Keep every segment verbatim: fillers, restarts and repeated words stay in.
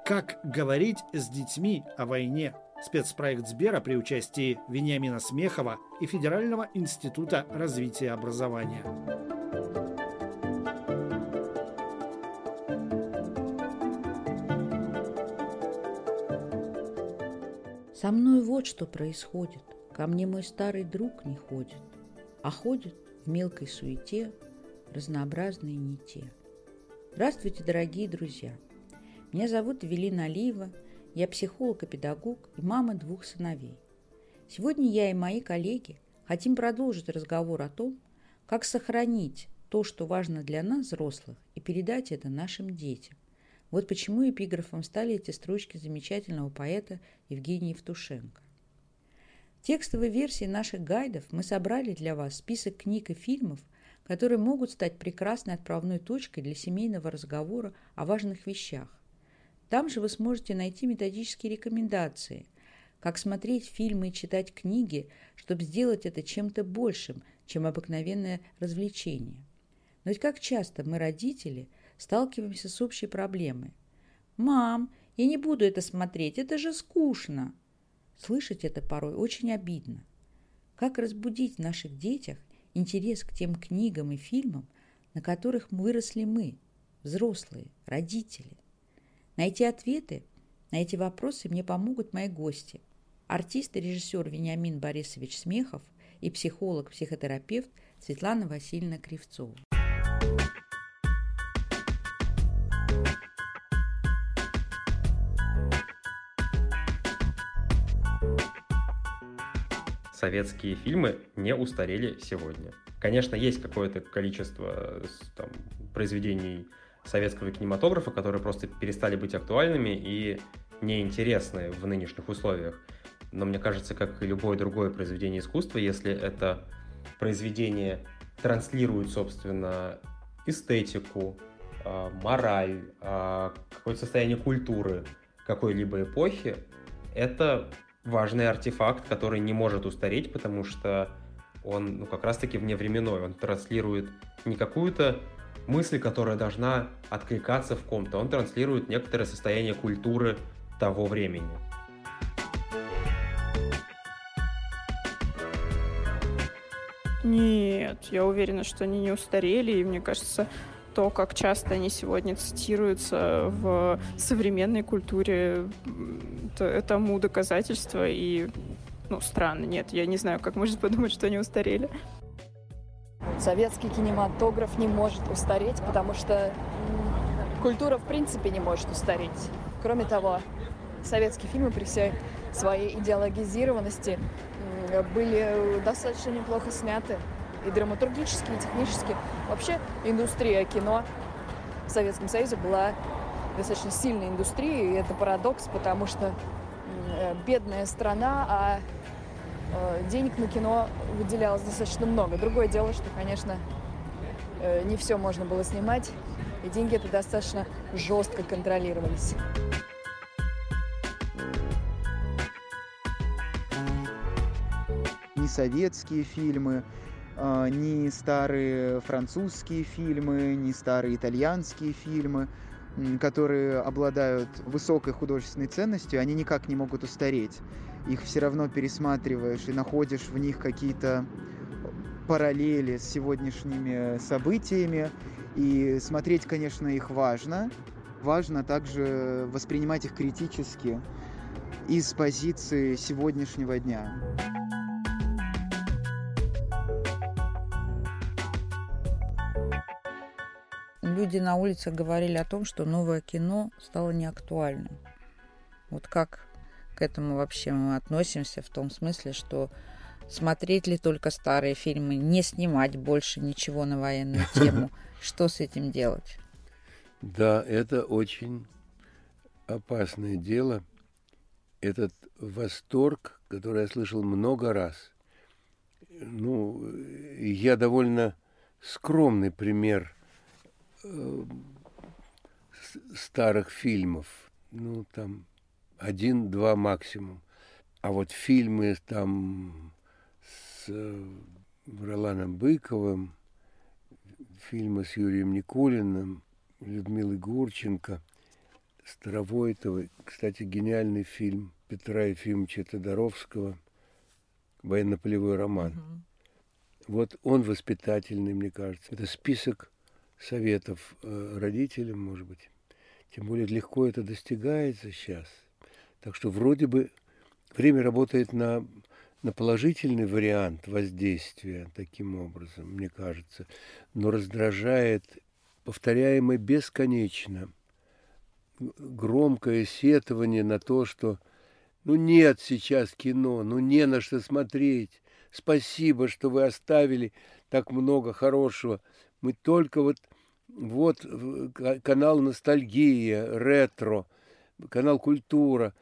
Как говорить с детьми о войне? Спецпроект Сбера при участии Вениамина Смехова и Федерального института развития образования. Со мной вот что происходит. Ко мне мой старый друг не ходит, а ходит в мелкой суете разнообразные не те. Здравствуйте, дорогие друзья! Меня зовут Эвелина Алиева, я психолог и педагог и мама двух сыновей. Сегодня я и мои коллеги хотим продолжить разговор о том, как сохранить то, что важно для нас, взрослых, и передать это нашим детям. Вот почему эпиграфом стали эти строчки замечательного поэта Евгения Евтушенко. В текстовой версии наших гайдов мы собрали для вас список книг и фильмов, которые могут стать прекрасной отправной точкой для семейного разговора о важных вещах. Там же вы сможете найти методические рекомендации, как смотреть фильмы и читать книги, чтобы сделать это чем-то большим, чем обыкновенное развлечение. Но ведь как часто мы, родители, сталкиваемся с общей проблемой. «Мам, я не буду это смотреть, это же скучно!» Слышать это порой очень обидно. Как разбудить в наших детях интерес к тем книгам и фильмам, на которых выросли мы, взрослые, родители? Найти ответы на эти вопросы мне помогут мои гости. Артист и режиссер Вениамин Борисович Смехов и психолог-психотерапевт Светлана Васильевна Кривцова. Советские фильмы не устарели сегодня. Конечно, есть какое-то количество там, произведений советского кинематографа, которые просто перестали быть актуальными и неинтересны в нынешних условиях. Но мне кажется, как и любое другое произведение искусства, если это произведение транслирует, собственно, эстетику, мораль, какое-то состояние культуры какой-либо эпохи, это важный артефакт, который не может устареть, потому что он ну, как раз-таки вневременной. Он транслирует не какую-то мысль, которая должна откликаться в ком-то. Он транслирует некоторое состояние культуры того времени. Нет, я уверена, что они не устарели, и мне кажется, то, как часто они сегодня цитируются в современной культуре, тому доказательство, и, ну, странно, нет, я не знаю, как можно подумать, что они устарели. Советский кинематограф не может устареть, потому что культура, в принципе, не может устареть. Кроме того, советские фильмы при всей своей идеологизированности были достаточно неплохо сняты. И драматургически, и технически. Вообще индустрия кино в Советском Союзе была достаточно сильной индустрией, и это парадокс, потому что бедная страна, а денег на кино выделялось достаточно много. Другое дело, что, конечно, не все можно было снимать, и деньги это достаточно жестко контролировались. Ни советские фильмы, ни старые французские фильмы, ни старые итальянские фильмы, которые обладают высокой художественной ценностью, они никак не могут устареть. Их все равно пересматриваешь и находишь в них какие-то параллели с сегодняшними событиями. И смотреть, конечно, их важно. Важно также воспринимать их критически из позиции сегодняшнего дня. Люди на улицах говорили о том, что новое кино стало неактуальным. Вот как к этому вообще мы относимся, в том смысле, что смотреть ли только старые фильмы, не снимать больше ничего на военную тему? Что с этим делать? Да, это очень опасное дело. Этот восторг, который я слышал много раз. Ну, я довольно скромный пример старых фильмов, ну, там, один-два максимум. А вот фильмы там с Роланом Быковым, фильмы с Юрием Никулиным, Людмилой Гурченко, Старовойтова. Кстати, гениальный фильм Петра Ефимовича Тодоровского «Военно-полевой роман». Угу. Вот он воспитательный, мне кажется. Это список советов э, родителям, может быть. Тем более легко это достигается сейчас. Так что вроде бы время работает на, на положительный вариант воздействия таким образом, мне кажется. Но раздражает повторяемое бесконечно громкое сетование на то, что ну нет сейчас кино, ну не на что смотреть. Спасибо, что вы оставили так много хорошего. Мы только вот, вот канал «Ностальгия», «Ретро», канал «Культура».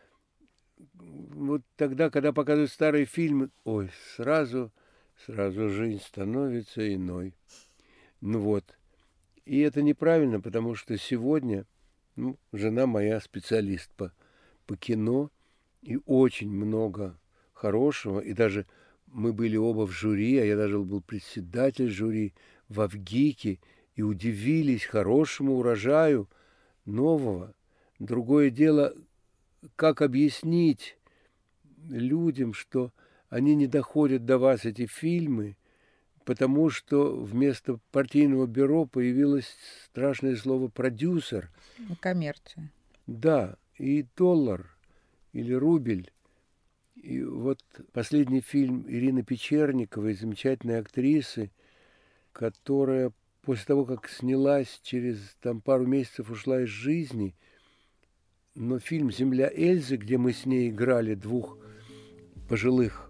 Вот тогда, когда показывают старые фильмы, ой, сразу, сразу жизнь становится иной. Ну вот. И это неправильно, потому что сегодня, ну, жена моя специалист по, по кино, и очень много хорошего, и даже мы были оба в жюри, а я даже был председатель жюри в Авгике, и удивились хорошему урожаю нового. Другое дело, как объяснить людям, что они не доходят до вас, эти фильмы, потому что вместо партийного бюро появилось страшное слово «продюсер». Коммерция. Да, и доллар или рубль. И вот последний фильм Ирины Печерниковой, замечательной актрисы, которая после того, как снялась, через там, пару месяцев ушла из жизни, но фильм «Земля Эльзы», где мы с ней играли двух пожилых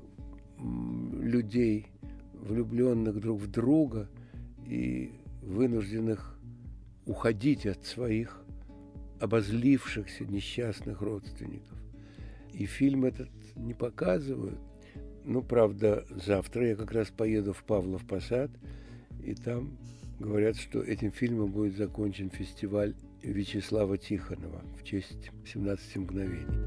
людей, влюбленных друг в друга и вынужденных уходить от своих обозлившихся несчастных родственников. И фильм этот не показывают. Ну, правда, завтра я как раз поеду в Павлов Посад, и там говорят, что этим фильмом будет закончен фестиваль Вячеслава Тихонова в честь семнадцати мгновений.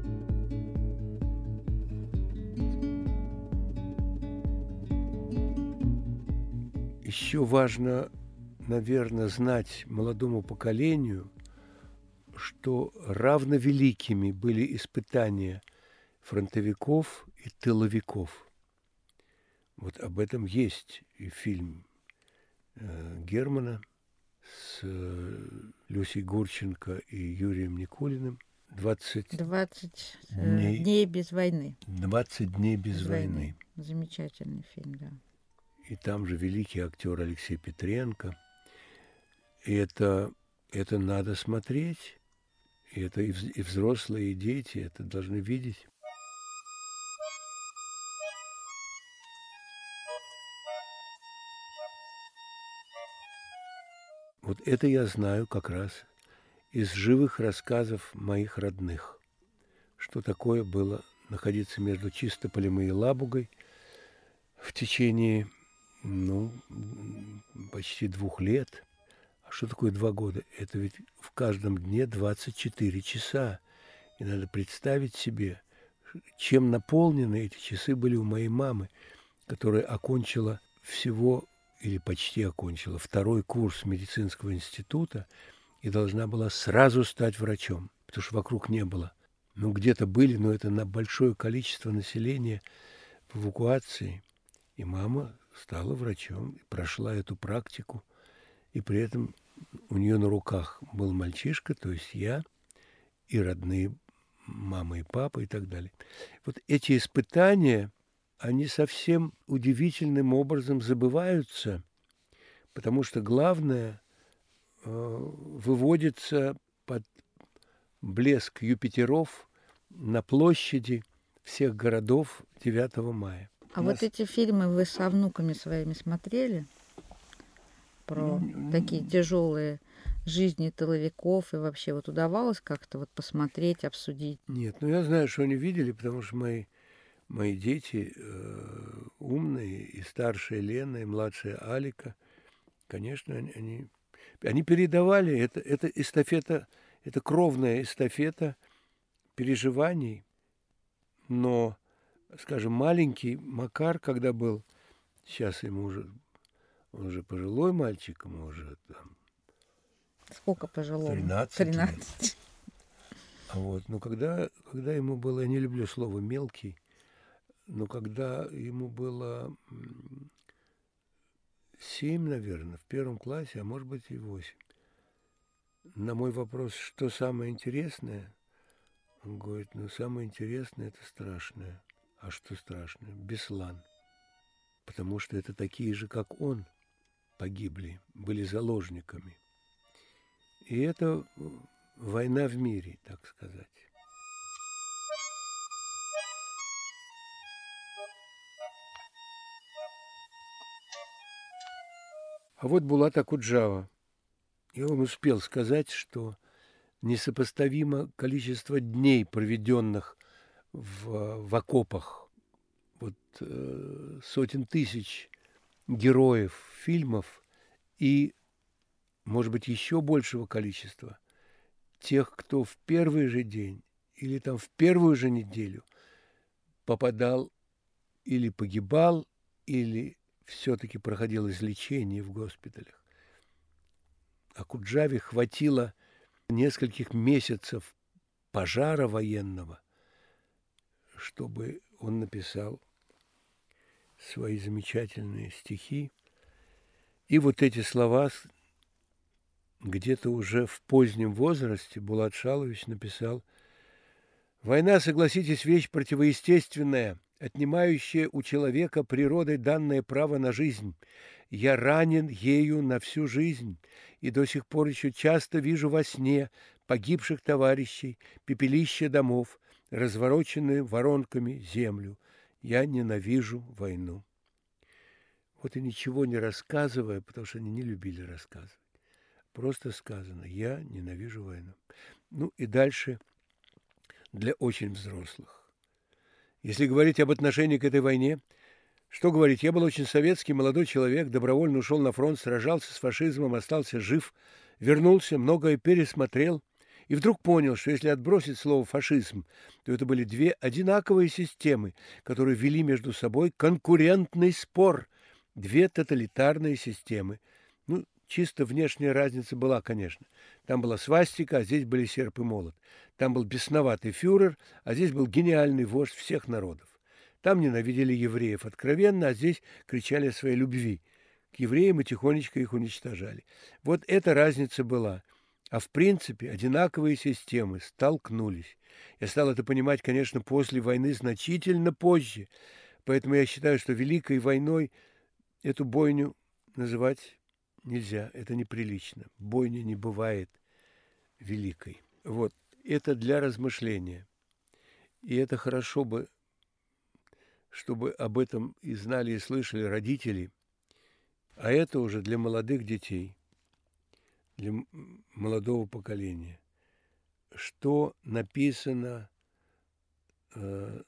Еще важно, наверное, знать молодому поколению, что равновеликими были испытания фронтовиков и тыловиков. Вот об этом есть и фильм э, Германа с э, Люсей Гурченко и Юрием Никулиным. двадцать двадцать дней, дней без войны. двадцать дней без, без войны. войны. Замечательный фильм, да. И там же великий актер Алексей Петренко. И это, это надо смотреть. И это и взрослые, и дети это должны видеть. Вот это я знаю как раз из живых рассказов моих родных. Что такое было находиться между Чистополем и Елабугой в течение, ну, почти двух лет. А что такое два года? Это ведь в каждом дне двадцать четыре часа. И надо представить себе, чем наполнены эти часы были у моей мамы, которая окончила всего, или почти окончила, второй курс медицинского института и должна была сразу стать врачом, потому что вокруг не было. Ну, где-то были, но это на большое количество населения в эвакуации. И мама стала врачом, прошла эту практику. И при этом у нее на руках был мальчишка, то есть я, и родные мама и папа и так далее. Вот эти испытания, они совсем удивительным образом забываются, потому что главное э, выводится под блеск Юпитеров на площади всех городов девятого мая. А вот эти фильмы вы со внуками своими смотрели? Про mm-hmm. такие тяжелые жизни тыловиков, и вообще вот удавалось как-то вот посмотреть, обсудить? Нет, ну я знаю, что они видели, потому что мои, мои дети э, умные, и старшая Лена, и младшая Алика, конечно, они, они, они передавали, это, это эстафета, это кровная эстафета переживаний, но, скажем, маленький Макар, когда был, сейчас ему уже, он уже пожилой мальчик, ему уже там... Сколько пожилого? тринадцать. тринадцать. Вот. Но когда, когда ему было, я не люблю слово «мелкий», но когда ему было семь, наверное, в первом классе, а может быть и восемь, на мой вопрос, что самое интересное, он говорит, ну, самое интересное – это страшное. А что страшное? Беслан. Потому что это такие же, как он, погибли, были заложниками. И это война в мире, так сказать. А вот Булат Акуджава. И он успел сказать, что несопоставимо количество дней, проведенных в, в окопах, вот э, сотен тысяч героев фильмов и, может быть, еще большего количества тех, кто в первый же день или там в первую же неделю попадал или погибал, или все-таки проходил излечение в госпиталях. Акуджаве хватило нескольких месяцев пожара военного, чтобы он написал свои замечательные стихи. И вот эти слова где-то уже в позднем возрасте Булат Шалович написал: «Война, согласитесь, вещь противоестественная, отнимающая у человека природой данное право на жизнь. Я ранен ею на всю жизнь, и до сих пор еще часто вижу во сне погибших товарищей, пепелища домов, развороченные воронками землю. Я ненавижу войну». Вот и ничего не рассказывая, потому что они не любили рассказывать. Просто сказано: «Я ненавижу войну». Ну и дальше для очень взрослых. Если говорить об отношении к этой войне, что говорить, я был очень советский молодой человек, добровольно ушел на фронт, сражался с фашизмом, остался жив, вернулся, многое пересмотрел и вдруг понял, что если отбросить слово «фашизм», то это были две одинаковые системы, которые вели между собой конкурентный спор, две тоталитарные системы. Ну, чисто внешняя разница была, конечно. Там была свастика, а здесь были серп и молот. Там был бесноватый фюрер, а здесь был гениальный вождь всех народов. Там ненавидели евреев откровенно, а здесь кричали о своей любви к евреям и тихонечко их уничтожали. Вот эта разница была. А в принципе одинаковые системы столкнулись. Я стал это понимать, конечно, после войны, значительно позже. Поэтому я считаю, что Великой войной эту бойню называть нельзя. Это неприлично. Бойня не бывает великой. Вот. Это для размышления. И это хорошо бы, чтобы об этом и знали, и слышали родители. А это уже для молодых детей, для молодого поколения. Что написано э,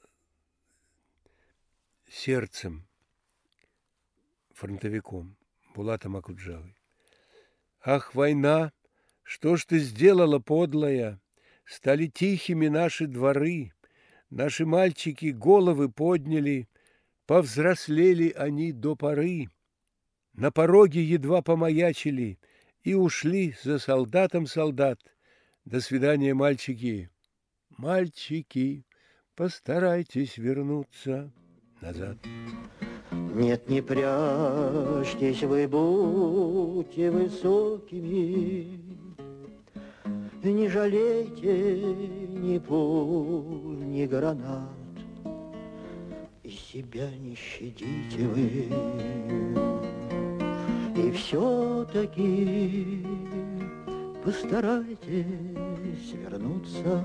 сердцем, фронтовиком, Булатом Акуджавой. «Ах, война, что ж ты сделала, подлая? Стали тихими наши дворы, наши мальчики головы подняли, повзрослели они до поры, на пороге едва помаячили и ушли за солдатом солдат. До свидания, мальчики! Мальчики, постарайтесь вернуться назад». Нет, не прячьтесь вы, будьте высокими, не жалейте ни пуль, ни гранат, и себя не щадите вы. И все-таки постарайтесь вернуться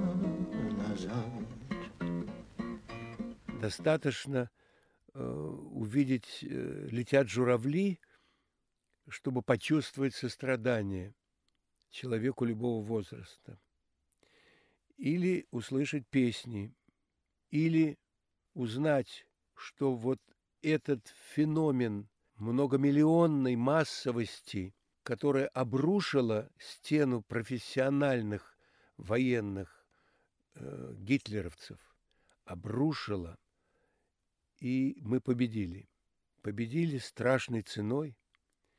назад. Достаточно увидеть «Летят журавли», чтобы почувствовать сострадание человеку любого возраста. Или услышать песни, или узнать, что вот этот феномен многомиллионной массовости, которая обрушила стену профессиональных военных э, гитлеровцев, обрушила, и мы победили. Победили страшной ценой,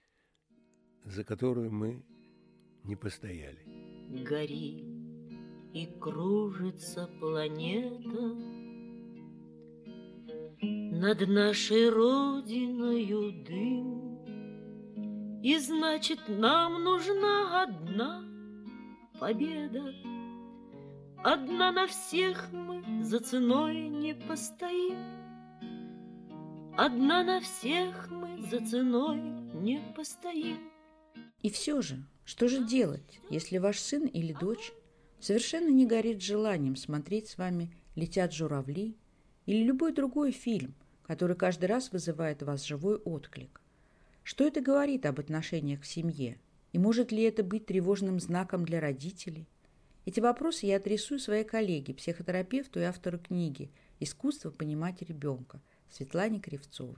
за которую мы не постояли. Гори, и кружится планета над нашей родиною дым. И значит, нам нужна одна победа. Одна на всех мы за ценой не постоим. Одна на всех мы за ценой не постоим. И все же, что же делать, если ваш сын или дочь совершенно не горит желанием смотреть с вами «Летят журавли» или любой другой фильм, который каждый раз вызывает у вас живой отклик? Что это говорит об отношениях в семье? И может ли это быть тревожным знаком для родителей? Эти вопросы я адресую своей коллеге, психотерапевту и автору книги «Искусство понимать ребенка» Светлане Кривцовой.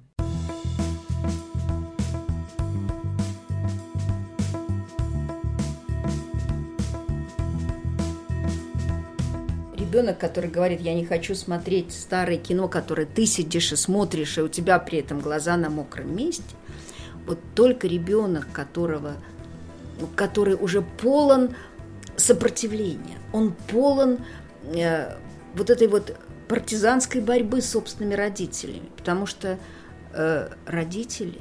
Ребенок, который говорит: я не хочу смотреть старое кино, которое ты сидишь и смотришь, и у тебя при этом глаза на мокром месте, вот только ребенок, которого, который уже полон сопротивления, он полон э, вот этой вот партизанской борьбы с собственными родителями, потому что э, родители,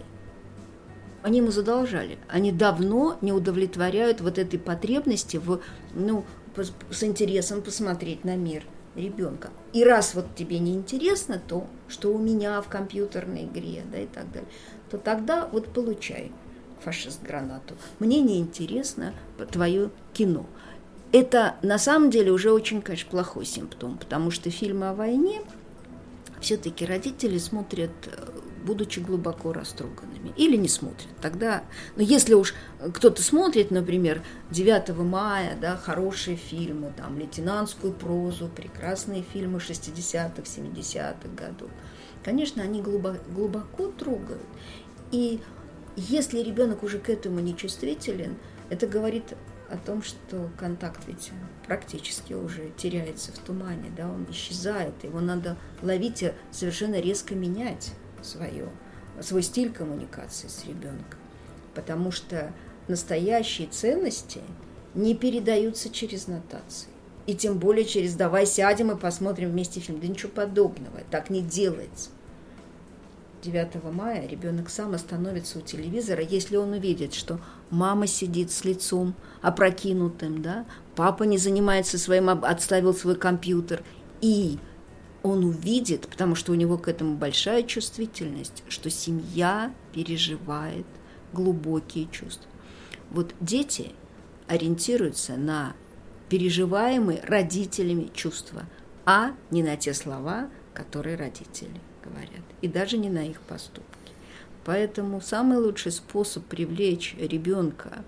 они ему задолжали, они давно не удовлетворяют вот этой потребности в, ну, с интересом посмотреть на мир ребенка. И раз вот тебе не интересно то, что у меня в компьютерной игре, да, и так далее, то тогда вот получай, фашист, гранату. Мне не интересно твое кино. Это на самом деле уже очень, конечно, плохой симптом, потому что фильмы о войне все-таки родители смотрят, будучи глубоко растроганными, или не смотрят. Тогда, ну, если уж кто-то смотрит, например, девятого мая, да, хорошие фильмы, там, лейтенантскую прозу, прекрасные фильмы шестидесятых, семидесятых годов, конечно, они глубоко, глубоко трогают. И если ребенок уже к этому не чувствителен, это говорит о том, что контакт ведь практически уже теряется в тумане, да, он исчезает, его надо ловить и совершенно резко менять свое, свой стиль коммуникации с ребенком, потому что настоящие ценности не передаются через нотации, и тем более через «давай сядем и посмотрим вместе фильм». Да ничего подобного, так не делается. девятого мая ребенок сам остановится у телевизора, если он увидит, что мама сидит с лицом опрокинутым, да, папа не занимается своим, отставил свой компьютер, и он увидит, потому что у него к этому большая чувствительность, что семья переживает глубокие чувства. Вот дети ориентируются на переживаемые родителями чувства, а не на те слова, которые родители говорят, и даже не на их поступки. Поэтому самый лучший способ привлечь ребенка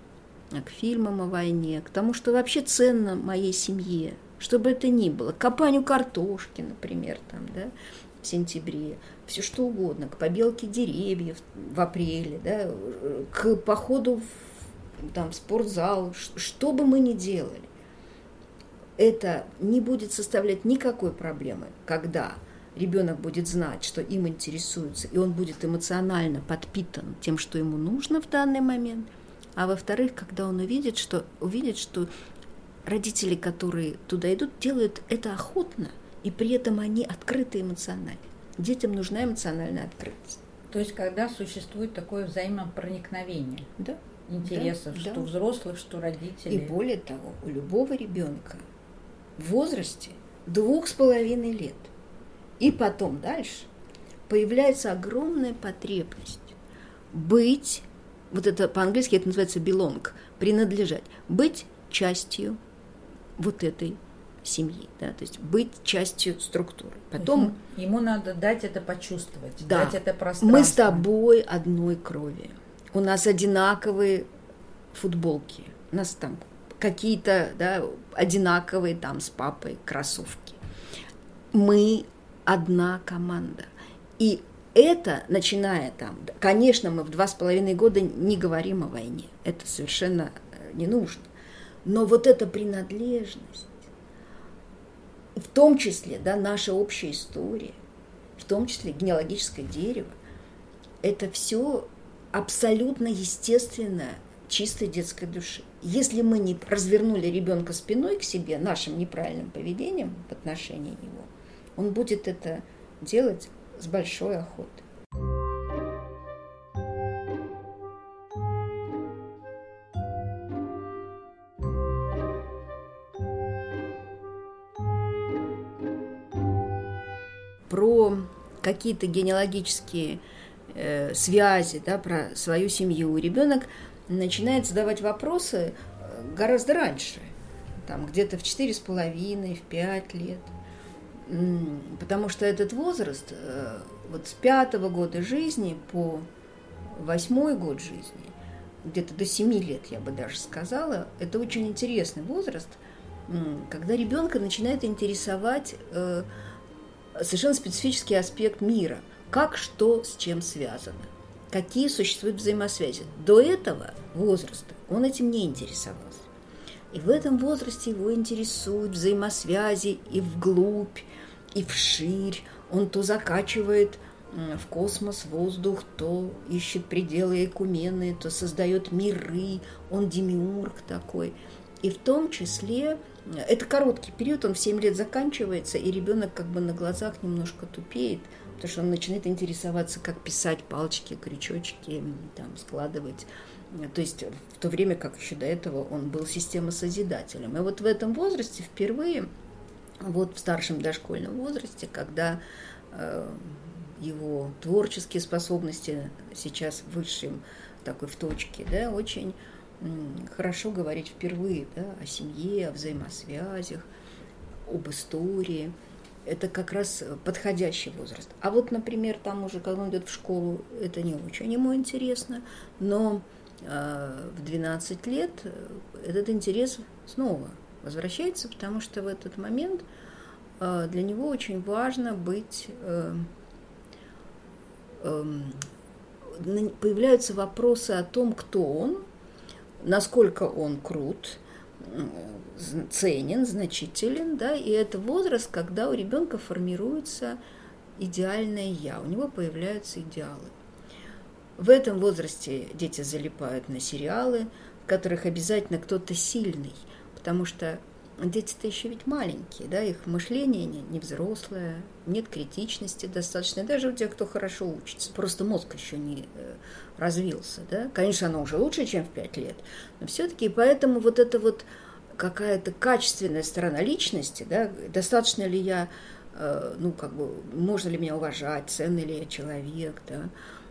к фильмам о войне, к тому, что вообще ценно моей семье, чтобы это ни было, к копанию картошки, например, там, да, в сентябре, все что угодно, к побелке деревьев в апреле, да, к походу в, там, в спортзал, что бы мы ни делали, это не будет составлять никакой проблемы, когда ребенок будет знать, что им интересуется, и он будет эмоционально подпитан тем, что ему нужно в данный момент. А во-вторых, когда он увидит, что, увидит, что родители, которые туда идут, делают это охотно, и при этом они открыты эмоционально. Детям нужна эмоциональная открытость. То есть, когда существует такое взаимопроникновение, да, интересов, да, что да. взрослых, что родителей. И более того, у любого ребенка в возрасте двух с половиной лет и потом дальше появляется огромная потребность быть, вот это по-английски это называется belong, принадлежать, быть частью вот этой семьи, да, то есть быть частью структуры. Потом ему надо дать это почувствовать, да, дать это пространство. Мы с тобой одной крови, у нас одинаковые футболки, у нас там какие-то, да, одинаковые там с папой кроссовки. Мы одна команда. И это, начиная там, конечно, мы в два с половиной года не говорим о войне, это совершенно не нужно, но вот эта принадлежность, в том числе, да, наша общая история, в том числе генеалогическое дерево, это все абсолютно естественная чистой детской души. Если мы не развернули ребенка спиной к себе нашим неправильным поведением в отношении него, он будет это делать с большой охотой. Про какие-то генеалогические э, связи, да, про свою семью ребенок начинает задавать вопросы гораздо раньше, там, где-то в четыре с половиной, в пять лет. Потому что этот возраст вот с пятого года жизни по восьмой год жизни, где-то до семи лет, я бы даже сказала, это очень интересный возраст, когда ребенка начинает интересовать совершенно специфический аспект мира, как что с чем связано, какие существуют взаимосвязи. До этого возраста он этим не интересовался. И в этом возрасте его интересуют взаимосвязи и вглубь, и вширь. Он то закачивает в космос воздух, то ищет пределы экумены, то создает миры. Он демиург такой. И в том числе, это короткий период, он в семь лет заканчивается, и ребенок как бы на глазах немножко тупеет, потому что он начинает интересоваться, как писать палочки, крючочки, там, складывать. То есть в то время, как еще до этого он был системосозидателем. И вот в этом возрасте впервые, вот в старшем дошкольном возрасте, когда э, его творческие способности сейчас в высшем такой в точке, да, очень м, хорошо говорить впервые, да, о семье, о взаимосвязях, об истории. Это как раз подходящий возраст. А вот, например, там уже, когда он идет в школу, это не очень ему интересно, но э, в двенадцать лет этот интерес снова возвращается, потому что в этот момент э, для него очень важно быть... Э, э, появляются вопросы о том, кто он, насколько он крут, ценен, значителен, да, и это возраст, когда у ребенка формируется идеальное «я», у него появляются идеалы. В этом возрасте дети залипают на сериалы, в которых обязательно кто-то сильный, потому что дети-то еще ведь маленькие, да, их мышление не, не взрослое, нет критичности достаточно, даже у тех, кто хорошо учится, просто мозг еще не э, развился, да. Конечно, оно уже лучше, чем в пять лет, но все-таки поэтому вот это вот какая-то качественная сторона личности, да, достаточно ли я, э, ну, как бы, можно ли меня уважать, ценный ли я человек, да,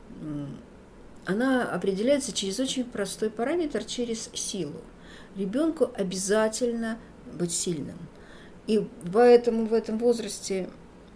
она определяется через очень простой параметр, через силу. Ребенку обязательно быть сильным. И поэтому в этом возрасте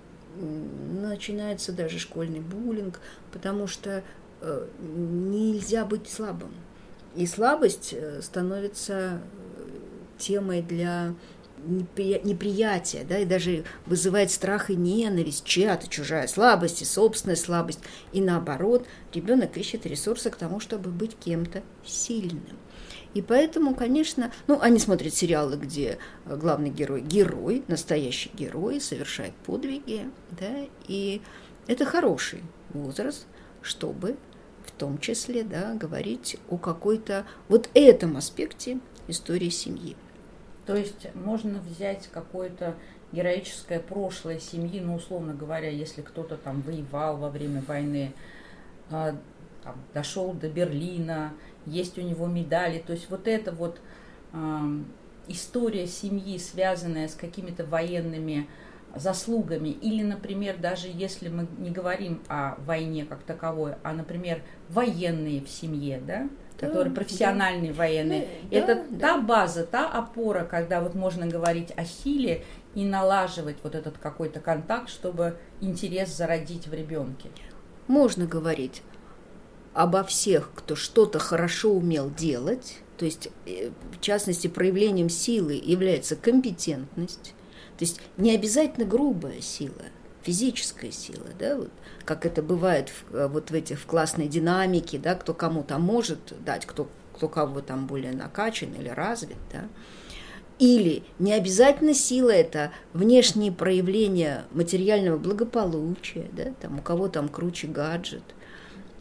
начинается даже школьный буллинг, потому что э, нельзя быть слабым. И слабость становится темой для неприятия, да, и даже вызывает страх и ненависть, чья-то чужая слабость и собственная слабость. И наоборот, ребенок ищет ресурсы к тому, чтобы быть кем-то сильным. И поэтому, конечно, ну, они смотрят сериалы, где главный герой – герой, настоящий герой, совершает подвиги, да, и это хороший возраст, чтобы в том числе, да, говорить о какой-то вот этом аспекте истории семьи. То есть можно взять какое-то героическое прошлое семьи, ну, условно говоря, если кто-то там воевал во время войны, э, там, дошел до Берлина, есть у него медали, то есть вот эта вот э, история семьи, связанная с какими-то военными заслугами, или, например, даже если мы не говорим о войне как таковой, а, например, военные в семье, да, да, которые профессиональные, да, военные, ну, это да, та да. база, та опора, когда вот можно говорить о силе и налаживать вот этот какой-то контакт, чтобы интерес зародить в ребенке. Можно говорить обо всех, кто что-то хорошо умел делать, то есть, в частности, проявлением силы является компетентность, то есть не обязательно грубая сила, физическая сила, да, вот, как это бывает в, вот в этих в классной динамике, да, кто кому там может дать, кто, кто кого там более накачан или развит, да. Или не обязательно сила – это внешние проявления материального благополучия, да, там, у кого там круче гаджет.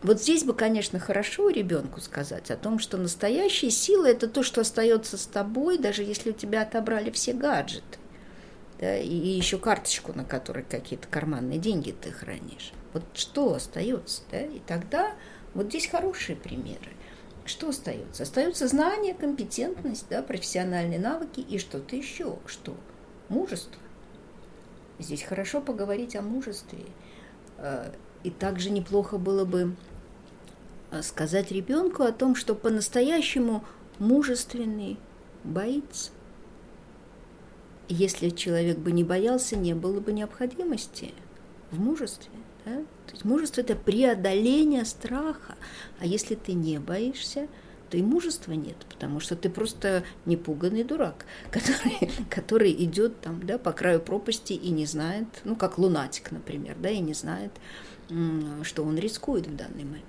Вот здесь бы, конечно, хорошо ребенку сказать о том, что настоящая сила – это то, что остается с тобой, даже если у тебя отобрали все гаджеты, да, и еще карточку, на которой какие-то карманные деньги ты хранишь. Вот что остается, да? И тогда вот здесь хорошие примеры. Что остается? Остаются знания, компетентность, да, профессиональные навыки и что-то еще. Что? Мужество. Здесь хорошо поговорить о мужестве. И также неплохо было бы сказать ребенку о том, что по-настоящему мужественный боится. Если человек бы не боялся, не было бы необходимости в мужестве. Да? То есть мужество – это преодоление страха. А если ты не боишься, то и мужества нет, потому что ты просто непуганный дурак, который, который идет там, да, по краю пропасти и не знает, ну, как лунатик, например, да, и не знает, что он рискует в данный момент.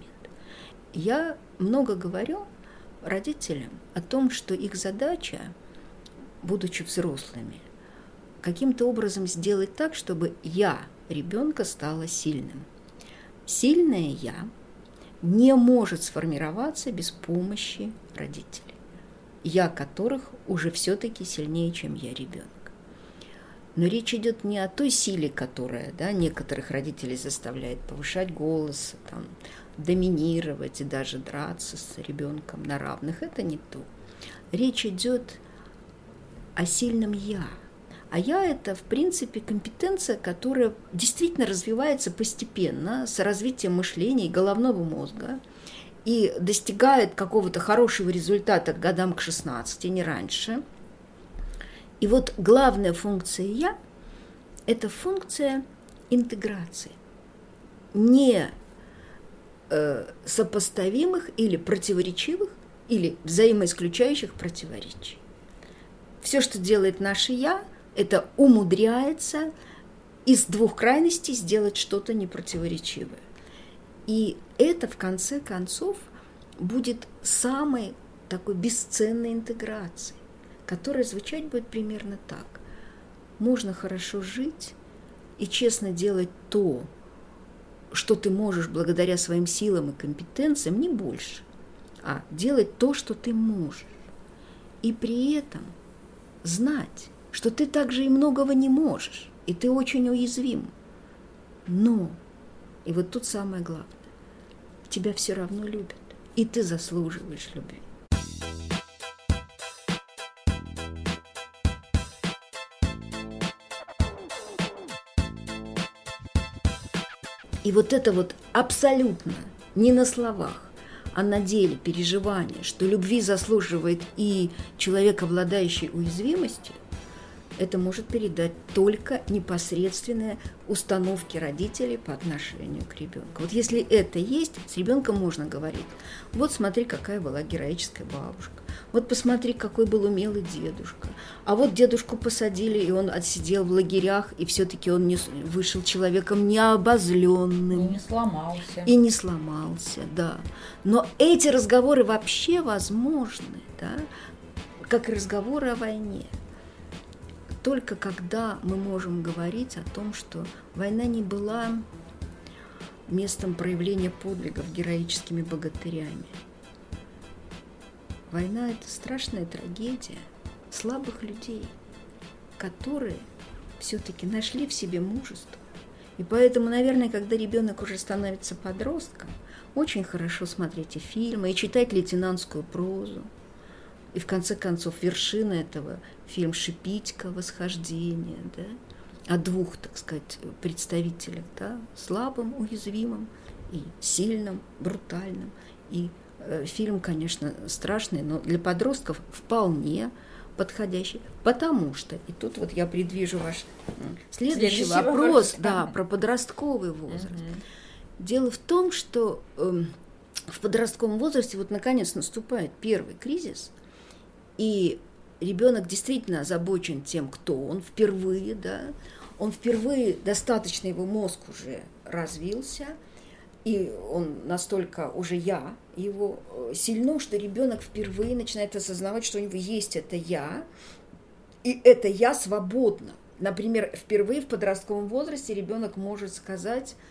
Я много говорю родителям о том, что их задача, будучи взрослыми, каким-то образом сделать так, чтобы я ребенка стала сильным. Сильное я не может сформироваться без помощи родителей, я которых уже все-таки сильнее, чем я ребенок. Но речь идет не о той силе, которая, да, некоторых родителей заставляет повышать голос, там, доминировать и даже драться с ребенком на равных. Это не то. Речь идет о сильном я. А я – это, в принципе, компетенция, которая действительно развивается постепенно с развитием мышления и головного мозга и достигает какого-то хорошего результата к годам к шестнадцати, не раньше. И вот главная функция «я» – это функция интеграции, не э, сопоставимых или противоречивых, или взаимоисключающих противоречий. Все, что делает наше «я», это умудряется из двух крайностей сделать что-то непротиворечивое. И это, в конце концов, будет самой такой бесценной интеграцией, которая звучать будет примерно так. Можно хорошо жить и честно делать то, что ты можешь благодаря своим силам и компетенциям, не больше, а делать то, что ты можешь. И при этом знать, что ты также и многого не можешь, и ты очень уязвим. Но, и вот тут самое главное, тебя все равно любят, и ты заслуживаешь любви. И вот это вот абсолютно не на словах, а на деле переживание, что любви заслуживает и человек, обладающий уязвимостью, это может передать только непосредственные установки родителей по отношению к ребенку. Вот если это есть, с ребенком можно говорить. Вот смотри, какая была героическая бабушка. Вот посмотри, какой был умелый дедушка. А вот дедушку посадили, и он отсидел в лагерях, и все-таки он не вышел человеком необозленным. И не сломался. И не сломался, да. Но эти разговоры вообще возможны, да, как и разговоры о войне. Только когда мы можем говорить о том, что война не была местом проявления подвигов героическими богатырями. Война – это страшная трагедия слабых людей, которые все-таки нашли в себе мужество. И поэтому, наверное, когда ребенок уже становится подростком, очень хорошо смотреть и фильмы, и читать лейтенантскую прозу. И в конце концов вершина этого фильм «Шипитько. Восхождение», да, о двух, так сказать, представителях, да, слабым, уязвимым и сильным, брутальным. И э, фильм, конечно, страшный, но для подростков вполне подходящий, потому что, и тут вот я предвижу ваш следующий, следующий вопрос, вопрос да, про подростковый возраст. Угу. Дело в том, что э, в подростковом возрасте вот наконец наступает первый кризис, и ребенок действительно озабочен тем, кто он впервые, да, он впервые, достаточно его мозг уже развился, и он настолько уже я, его сильно, что ребенок впервые начинает осознавать, что у него есть это я, и это я свободно. Например, впервые в подростковом возрасте ребенок может сказать: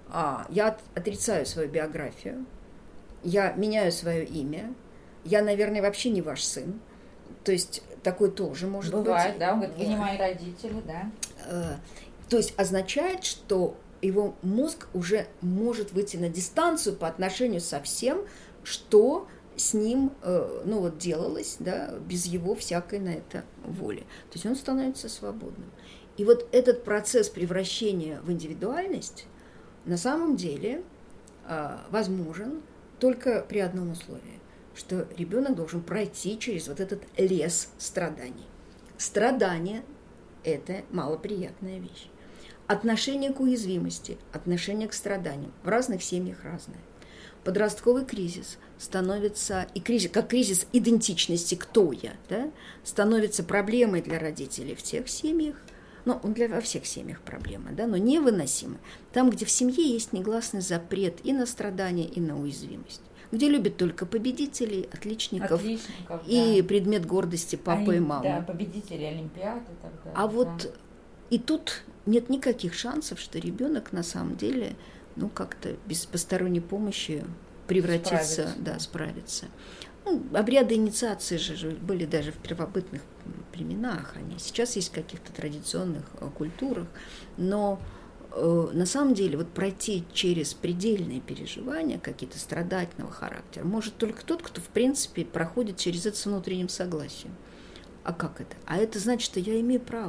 А, я от, отрицаю свою биографию, я меняю свое имя, я, наверное, вообще не ваш сын. То есть такое тоже может Бывает, быть. Бывает, да, он говорит, вы не мои родители, да. Э, то есть означает, что его мозг уже может выйти на дистанцию по отношению со всем, что с ним, э, ну вот, делалось, да, без его всякой на это воли. То есть он становится свободным. И вот этот процесс превращения в индивидуальность на самом деле э, возможен только при одном условии, что ребенок должен пройти через вот этот лес страданий. Страдание – это малоприятная вещь. Отношение к уязвимости, отношение к страданиям в разных семьях разное. Подростковый кризис становится, и кризис, как кризис идентичности «кто я?», да, становится проблемой для родителей в тех семьях, ну, для, во всех семьях проблема, да, но невыносимой. Там, где в семье есть негласный запрет и на страдания, и на уязвимость. Где любят только победителей, отличников, Отличников, и да. предмет гордости папы Они, и мамы. Да, победители Олимпиады и так далее. А да. вот и тут нет никаких шансов, что ребенок на самом деле, ну, как-то без посторонней помощи превратится, справится. да, справится. Ну, обряды инициации же были даже в первобытных племенах, они сейчас есть в каких-то традиционных культурах, но э, на самом деле вот пройти через предельные переживания, какие-то страдательного характера, может только тот, кто, в принципе, проходит через это с внутренним согласием. А как это? А это значит, что я имею право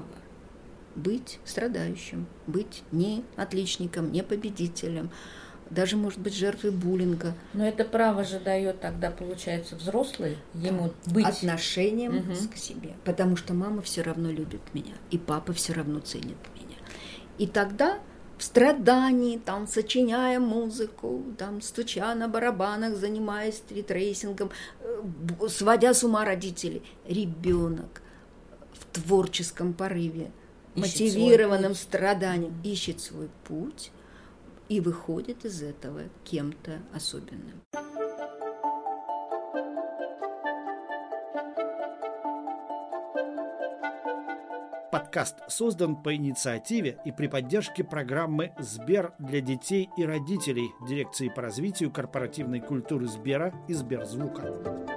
быть страдающим, быть не отличником, не победителем, даже, может быть, жертвой буллинга. Но это право же дает тогда, получается, взрослый ему быть отношением угу. к себе. Потому что мама все равно любит меня, и папа все равно ценит меня. И тогда в страдании, там, сочиняя музыку, там, стуча на барабанах, занимаясь стритрейсингом, сводя с ума родителей, ребенок в творческом порыве, ищет мотивированным страданием, ищет свой путь и выходит из этого кем-то особенным. Подкаст создан по инициативе и при поддержке программы «Сбер для детей и родителей» Дирекции по развитию корпоративной культуры Сбера и Сберзвука.